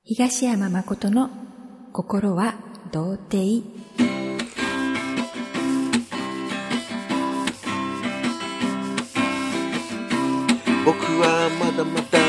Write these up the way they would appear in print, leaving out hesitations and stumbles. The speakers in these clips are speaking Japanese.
東山誠の心は童貞。 僕はまだまだ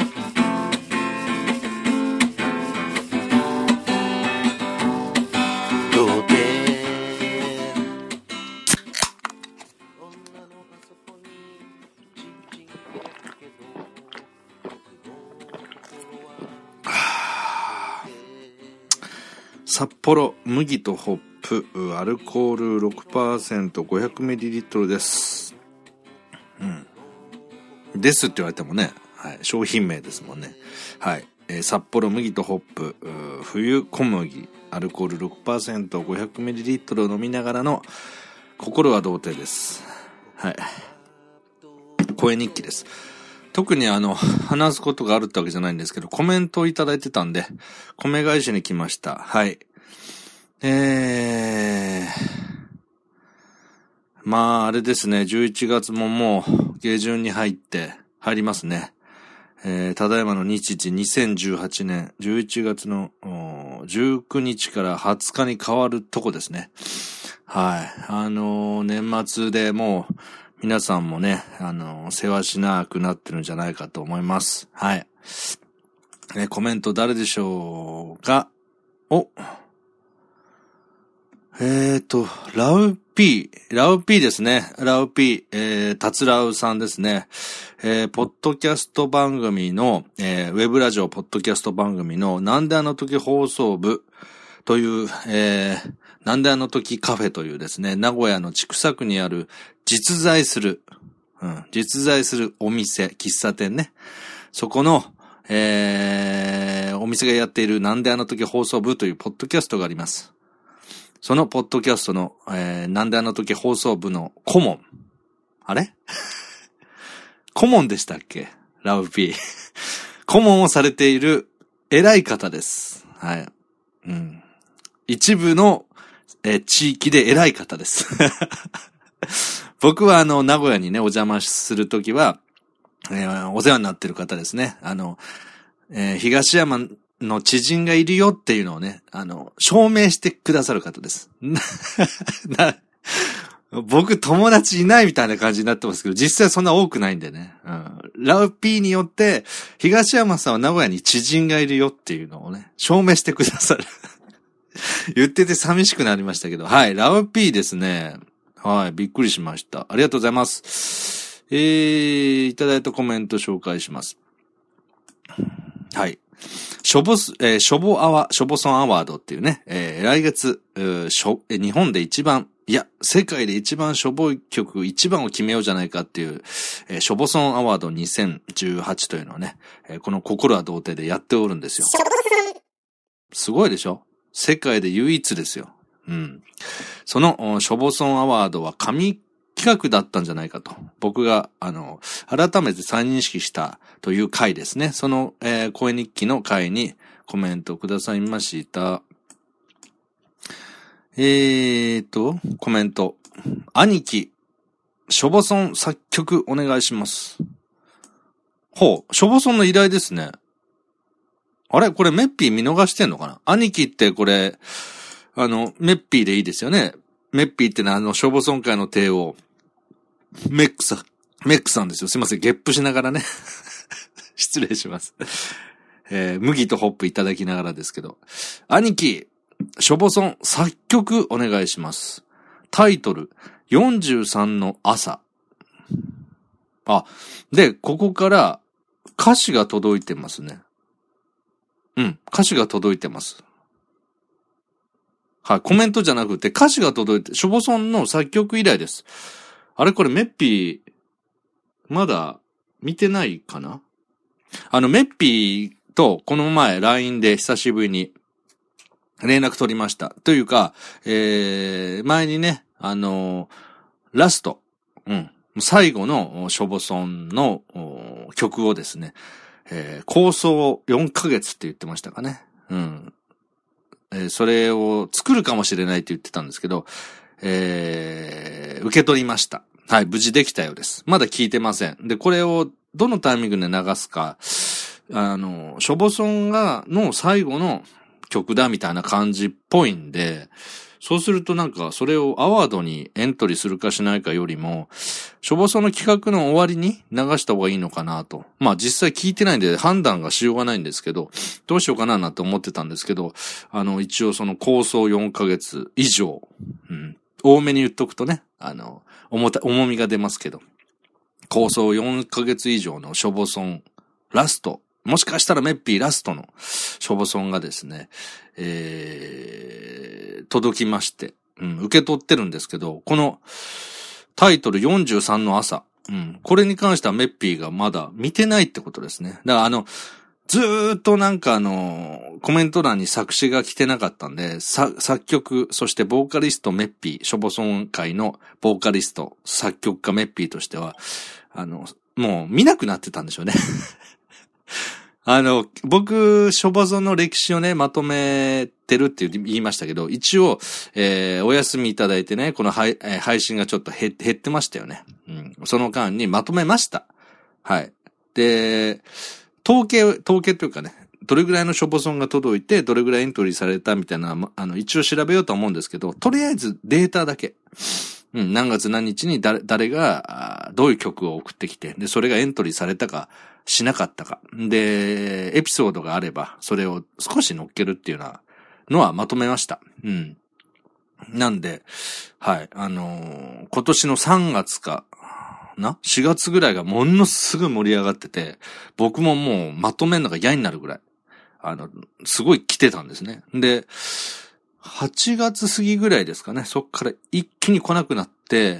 童貞。 札幌麦とホップアルコール 6%500ml です。ですって言われてもね、はい、商品名ですもんね。はい、札幌麦とホップ冬小麦アルコール 6%500ml を飲みながらの心は童貞です。はい。声日記です。特に話すことがあるってわけじゃないんですけど、コメントをいただいてたんで、米返しに来ました。はい。まあ、あれですね、11月ももう下旬に入りますね。ただいまの日時2018年11月の19日から20日に変わるとこですね。はい。年末でもう皆さんもね、世話しなくなってるんじゃないかと思います。はい。コメント誰でしょうか？ラウピーですね。ラウピー、タツラウさんですね。ポッドキャスト番組の、ウェブラジオポッドキャスト番組のなんであの時放送部という、なんであの時カフェというですね、名古屋の千種区にある実在するお店、喫茶店ね。そこの、お店がやっているなんであの時放送部というポッドキャストがあります。そのポッドキャストの、なんであの時放送部の顧問。あれ顧問でしたっけ？ラウピー。顧問をされている偉い方です。はい。一部の、地域で偉い方です。僕は名古屋にね、お邪魔するときは、お世話になっている方ですね。東山の知人がいるよっていうのをね、証明してくださる方です。僕友達いないみたいな感じになってますけど、実際そんな多くないんでね。ラウピーによって、東山さんは名古屋に知人がいるよっていうのをね、証明してくださる。言ってて寂しくなりましたけど、はい、ラウピーですね。はい、びっくりしました。ありがとうございます。いただいたコメント紹介します。はい。ショボソンアワードっていうね、来月、日本で一番、いや、世界で一番しょぼい曲一番を決めようじゃないかっていう、ショボソンアワード2018というのをね、この心は童貞でやっておるんですよ。すごいでしょ？世界で唯一ですよ。その、ショボソンアワードは神企画だったんじゃないかと。僕が、改めて再認識したという回ですね。その、声日記の回にコメントくださいました。コメント。兄貴、ショボソン作曲お願いします。ほう、ショボソンの依頼ですね。あれこれメッピー見逃してんのかな？兄貴ってこれ、メッピーでいいですよね。メッピーってのはショボソン界の帝王。メックさんですよ。すいません。ゲップしながらね。失礼します。麦とホップいただきながらですけど。兄貴、ショボソン作曲お願いします。タイトル、43の朝。で、ここから歌詞が届いてますね。歌詞が届いてます。はい、コメントじゃなくて歌詞が届いて、ショボソンの作曲依頼です。あれこれメッピー、まだ見てないかな？メッピーとこの前 LINE で久しぶりに連絡取りました。というか、前にね、ラスト、最後のショボソンの曲をですね、構想4ヶ月って言ってましたかね。それを作るかもしれないって言ってたんですけど、受け取りました。はい、無事できたようです。まだ聞いてません。で、これをどのタイミングで流すか、 ショボソンの最後の曲だみたいな感じっぽいんで、そうするとなんかそれをアワードにエントリーするかしないかよりも、ショボソンの企画の終わりに流した方がいいのかなと。まあ実際聞いてないんで判断がしようがないんですけど、どうしようかなと思ってたんですけど、一応その構想4ヶ月以上、多めに言っとくとね、重みが出ますけど、構想4ヶ月以上のショボソンラスト、もしかしたらメッピーラストのショボソンがですね、届きまして、受け取ってるんですけど、このタイトル43の朝、これに関してはメッピーがまだ見てないってことですね。だからずーっとなんかコメント欄に作詞が来てなかったんで、作曲、そしてボーカリストメッピー、ショボソン界のボーカリスト、作曲家メッピーとしては、もう見なくなってたんでしょうね。僕、ショボソンの歴史をね、まとめてるって言いましたけど、一応、お休みいただいてね、この配信がちょっと減ってましたよね。その間にまとめました。はい。で、統計というかね、どれぐらいのショボソンが届いて、どれぐらいエントリーされたみたいな、一応調べようと思うんですけど、とりあえずデータだけ。何月何日に誰が、どういう曲を送ってきて、で、それがエントリーされたか、しなかったか。で、エピソードがあれば、それを少し乗っけるっていうようなのはまとめました。なんで、はい、今年の3月かな ?4 月ぐらいがものすごい盛り上がってて、僕ももうまとめるのが嫌になるぐらい、すごい来てたんですね。で、8月過ぎぐらいですかね。そっから一気に来なくなって、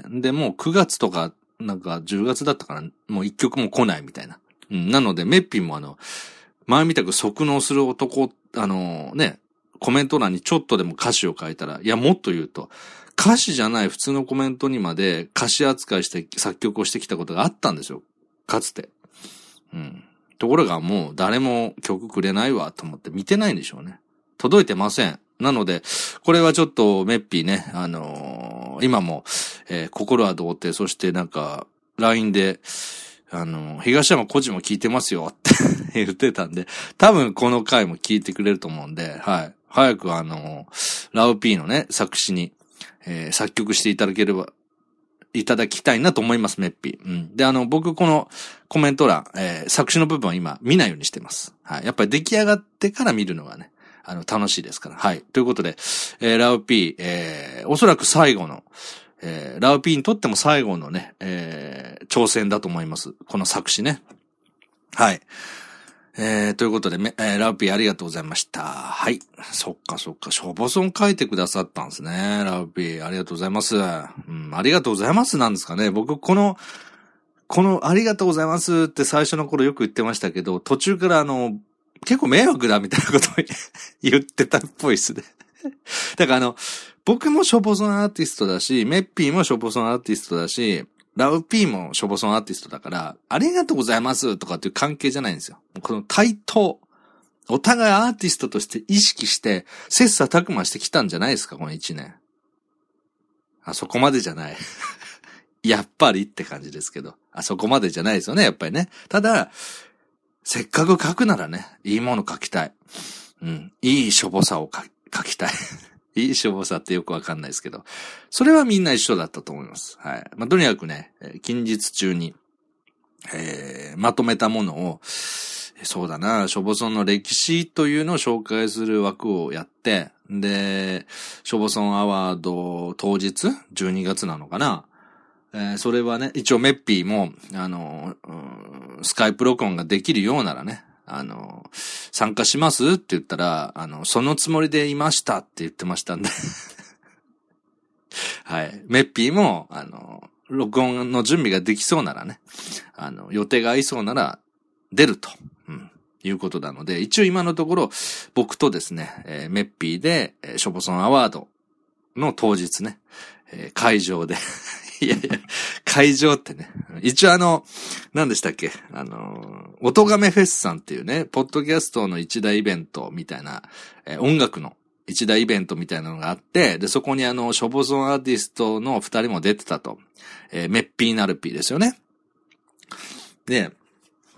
で、もう9月とか、なんか10月だったから、もう一曲も来ないみたいな。なので、メッピンも前みたく即納する男、コメント欄にちょっとでも歌詞を書いたら、いや、もっと言うと、歌詞じゃない普通のコメントにまで歌詞扱いして作曲をしてきたことがあったんですよ。かつて。ところがもう誰も曲くれないわと思って見てないんでしょうね。届いてません。なので、これはちょっとメッピーね、今も、心は童貞、そしてなんか、LINE で、東山個人も聞いてますよって言ってたんで、多分この回も聞いてくれると思うんで、はい。早くラウピーのね、作詞に、作曲していただきたいなと思います、メッピー。で、僕このコメント欄、作詞の部分は今見ないようにしてます。はい。やっぱり出来上がってから見るのがね、楽しいですから。はい。ということで、ラウピー、おそらく最後の、ラウピーにとっても最後のね、挑戦だと思います。この作詞ね。はい。ということで、ラウピーありがとうございました。はい。そっか。ショボソン書いてくださったんですね。ラウピー、ありがとうございます。ありがとうございますなんですかね。僕、このありがとうございますって最初の頃よく言ってましたけど、途中から結構迷惑だみたいなことを言ってたっぽいですね。だから僕もショボソンアーティストだし、メッピーもショボソンアーティストだし、ラウピーもショボソンアーティストだから、ありがとうございますとかっていう関係じゃないんですよ。この対等、お互いアーティストとして意識して、切磋琢磨してきたんじゃないですか、この1年。そこまでじゃない。やっぱりって感じですけど。そこまでじゃないですよね、やっぱりね。ただ、せっかく書くならね、いいもの書きたい。いいしょぼさを書きたい。いいしょぼさってよくわかんないですけど。それはみんな一緒だったと思います。はい。とにかくね、近日中に、まとめたものを、そうだな、ショボソンの歴史というのを紹介する枠をやって、で、ショボソンアワード当日 ?12 月なのかな、それはね、一応メッピーも、スカイプ録音ができるようならね、参加しますって言ったら、そのつもりでいましたって言ってましたんで。はい。メッピーも、録音の準備ができそうならね、予定が合いそうなら、出ると、いうことなので、一応今のところ、僕とですね、メッピーで、ショボソンアワードの当日ね、会場で、いや、会場ってね。一応何でしたっけ音亀フェスさんっていうね、ポッドキャストの一大イベントみたいな、音楽の一大イベントみたいなのがあって、で、そこにショボソンアーティストの2人も出てたと。メッピーナルピーですよね。で、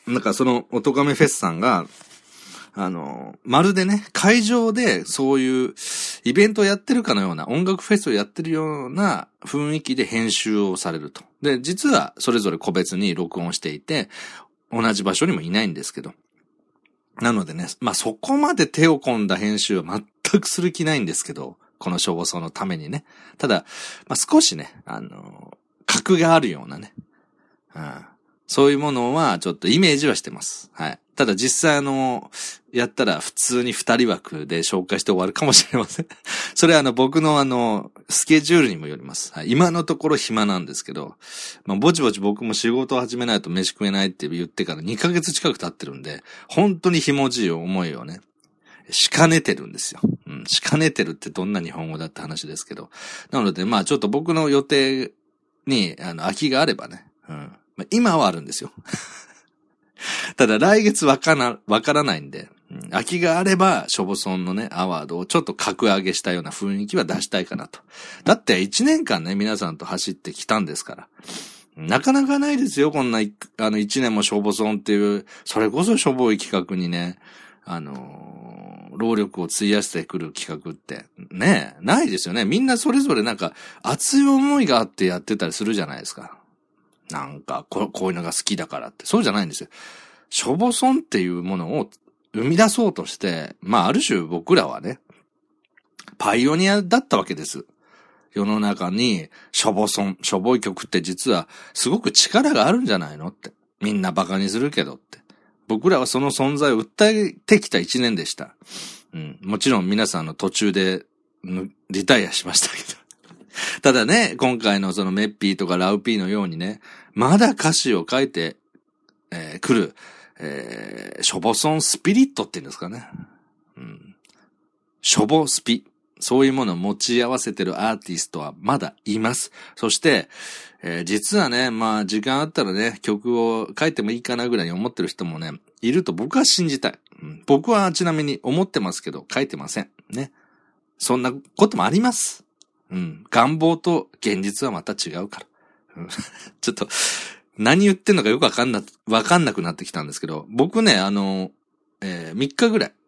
なんかその、おとがめフェスさんが、まるでね、会場でそういうイベントをやってるかのような、音楽フェスをやってるような雰囲気で編集をされると。で、実はそれぞれ個別に録音していて、同じ場所にもいないんですけど。なのでね、まあ、そこまで手を込んだ編集は全くする気ないんですけど、この消防層のためにね。ただ、まあ、少しね、格があるようなね、そういうものはちょっとイメージはしてます。はい。ただ実際やったら普通に2人枠で紹介して終わるかもしれません。それは僕のスケジュールにもよります。はい。今のところ暇なんですけど、まあ、ぼちぼち僕も仕事を始めないと飯食えないって言ってから2ヶ月近く経ってるんで、本当にひもじい思いをね、しかねてるんですよ。しかねてるってどんな日本語だって話ですけど。なので、まあちょっと僕の予定に、空きがあればね、まあ、今はあるんですよ。ただ来月わからないんで、空きがあれば、ショボソンのね、アワードをちょっと格上げしたような雰囲気は出したいかなと。だって1年間ね、皆さんと走ってきたんですから。なかなかないですよ、こんな、1年もショボソンっていう、それこそしょぼい企画にね、労力を費やしてくる企画って、ね、ないですよね。みんなそれぞれなんか、熱い思いがあってやってたりするじゃないですか。なんか、こういうのが好きだからって。そうじゃないんですよ。ショボソンっていうものを生み出そうとして、まあ、ある種僕らはね、パイオニアだったわけです。世の中に、ショボソン、しょぼい曲って実は、すごく力があるんじゃないのって。みんなバカにするけどって。僕らはその存在を訴えてきた一年でした。もちろん皆さんの途中で、リタイアしましたけど。ただね、今回のそのメッピーとかラウピーのようにね、まだ歌詞を書いて、くる、ショボソンスピリットって言うんですかね。ショボスピ。そういうものを持ち合わせてるアーティストはまだいます。そして、実はね、まあ時間あったらね、曲を書いてもいいかなぐらいに思ってる人もね、いると僕は信じたい。僕はちなみに思ってますけど、書いてません。ね。そんなこともあります。願望と現実はまた違うから。ちょっと、何言ってんのかよくわかんなくなってきたんですけど、僕ね、3日ぐらい、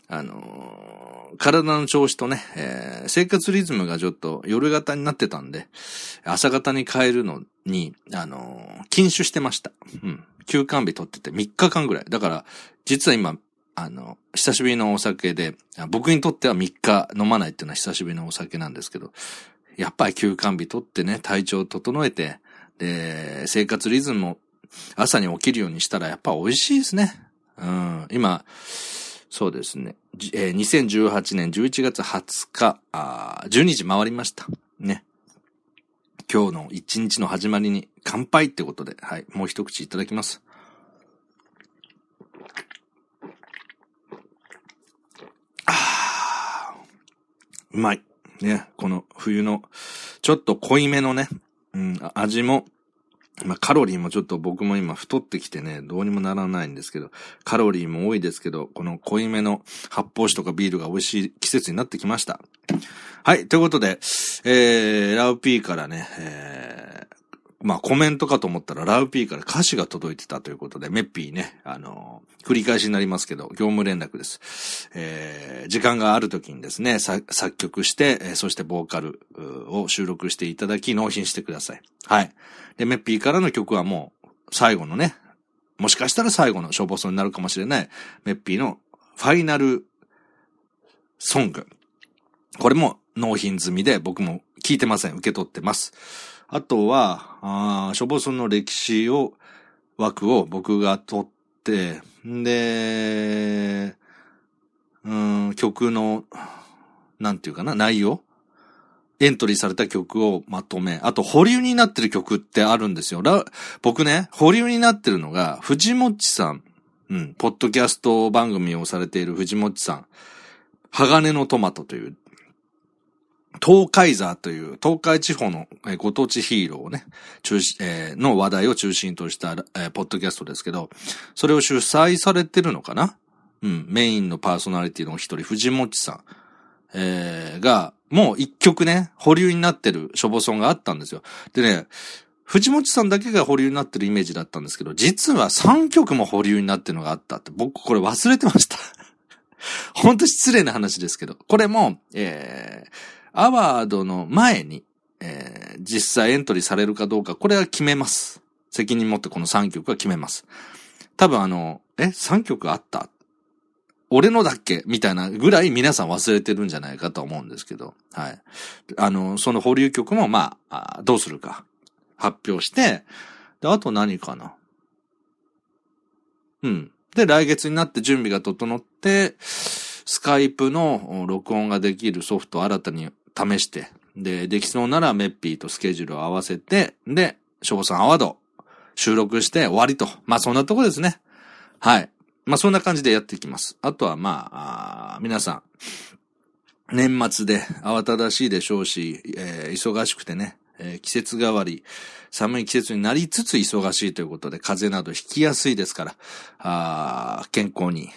体の調子とね、生活リズムがちょっと夜型になってたんで、朝型に変えるのに、禁酒してました。休館日取ってて3日間ぐらい。だから、実は今、久しぶりのお酒で、僕にとっては3日飲まないっていうのは久しぶりのお酒なんですけど、やっぱり休館日取ってね、体調を整えて、で、生活リズムも朝に起きるようにしたらやっぱ美味しいですね。今、そうですね。2018年11月20日、12時回りました。ね。今日の一日の始まりに乾杯ってことで、はい、もう一口いただきます。うまい。ね、この冬の、ちょっと濃いめのね、味も、まあ、カロリーもちょっと僕も今太ってきてね、どうにもならないんですけど、カロリーも多いですけど、この濃いめの発泡酒とかビールが美味しい季節になってきました。はい、ということで、ラウピーからね、まあコメントかと思ったらラウピーから歌詞が届いてたということで、メッピーね、繰り返しになりますけど、業務連絡です。時間がある時にですね、作曲して、そしてボーカルを収録していただき納品してください。はい。で、メッピーからの曲はもう最後のね、もしかしたら最後の消防層になるかもしれない、メッピーのファイナルソング。これも納品済みで僕も聞いてません。受け取ってます。あとは、消防村の歴史枠を僕が取って、で、曲の、なんていうかな、内容エントリーされた曲をまとめ、あと保留になってる曲ってあるんですよ。僕ね、保留になってるのが、藤もっちさん、ポッドキャスト番組をされている藤もっちさん、鋼のトマトという、東海座という東海地方のご当地ヒーローをね、の話題を中心とした、ポッドキャストですけど、それを主催されてるのかな？メインのパーソナリティの一人、藤もっちさん、が、もう一曲ね、保留になってるショボソンがあったんですよ。でね、 藤本さんだけが保留になってるイメージだったんですけど、実は3曲も保留になってるのがあったって、僕これ忘れてました。ほんと失礼な話ですけど、これも、アワードの前に、実際エントリーされるかどうか、これは決めます。責任持ってこの3曲は決めます。多分3曲あった俺のだっけみたいなぐらい皆さん忘れてるんじゃないかと思うんですけど、はい。その保留曲もどうするか発表して、で、あと何かな。で、来月になって準備が整って、スカイプの録音ができるソフトを新たに試して、で、できそうならメッピーとスケジュールを合わせて、で、ショボさんアワード収録して終わりと。そんなとこですね。はい。そんな感じでやっていきます。あとは皆さん、年末で慌ただしいでしょうし、忙しくてね、季節変わり、寒い季節になりつつ忙しいということで、風邪などひきやすいですから、健康に、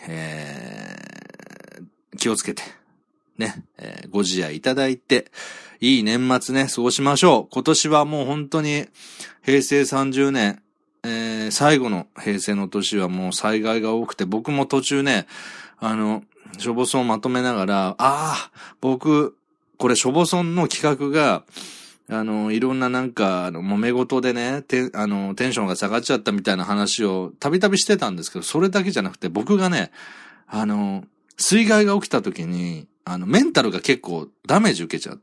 気をつけて、ね、ご自愛いただいて、いい年末ね、過ごしましょう。今年はもう本当に、平成30年、最後の平成の年はもう災害が多くて、僕も途中ね、ショボソンをまとめながら、僕、これショボソンの企画が、いろんな揉め事でね、テンションが下がっちゃったみたいな話をたびたびしてたんですけど、それだけじゃなくて僕がね、水害が起きた時に、メンタルが結構ダメージ受けちゃって、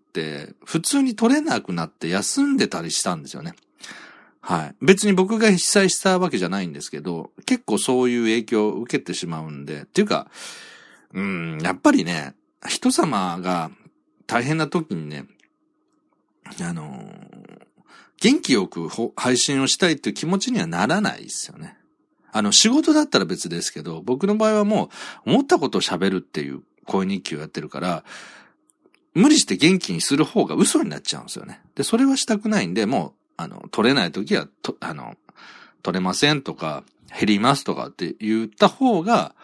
普通に取れなくなって休んでたりしたんですよね。はい。別に僕が被災したわけじゃないんですけど、結構そういう影響を受けてしまうんで、っていうか、やっぱりね、人様が大変な時にね、元気よく配信をしたいっていう気持ちにはならないですよね。仕事だったら別ですけど、僕の場合はもう思ったことを喋るっていう声日記をやってるから、無理して元気にする方が嘘になっちゃうんですよね。で、それはしたくないんで、もう、取れないときは、取れませんとか、減りますとかって言った方が、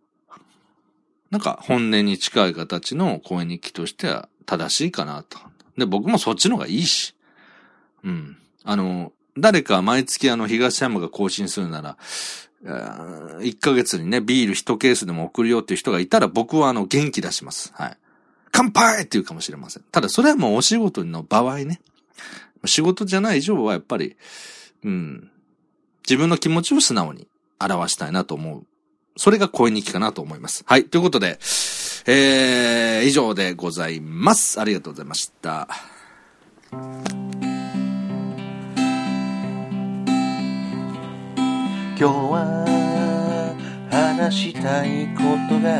本音に近い形の声日記としては正しいかなと。で、僕もそっちの方がいいし。誰か毎月東山が更新するなら、1ヶ月にね、ビール1ケースでも送るよっていう人がいたら僕は元気出します。はい。乾杯って言うかもしれません。ただそれはもうお仕事の場合ね。仕事じゃない以上はやっぱり、自分の気持ちを素直に表したいなと思う。それが声日記かなと思います。はい。ということで、以上でございます。ありがとうございました。 今日は話したいことが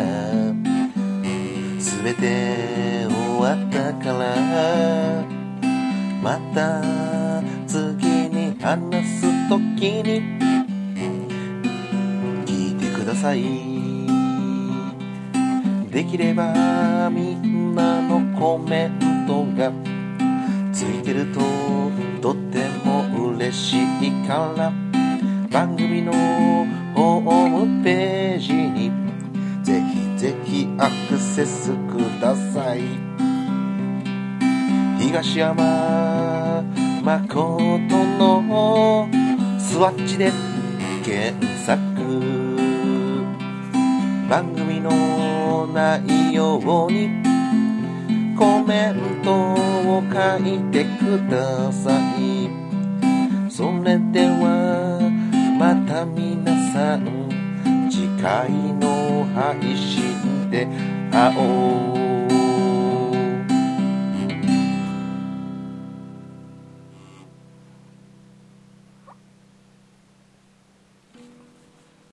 すべて終わったからまた次に話すときに聞いてください。できればみんなのコメントがついてるととっても嬉しいから番組のホームページにぜひぜひアクセスください。東山誠のスワッチで検索番組の内容にコメントを書いてください。それではまた皆さん次回の配信で会おう。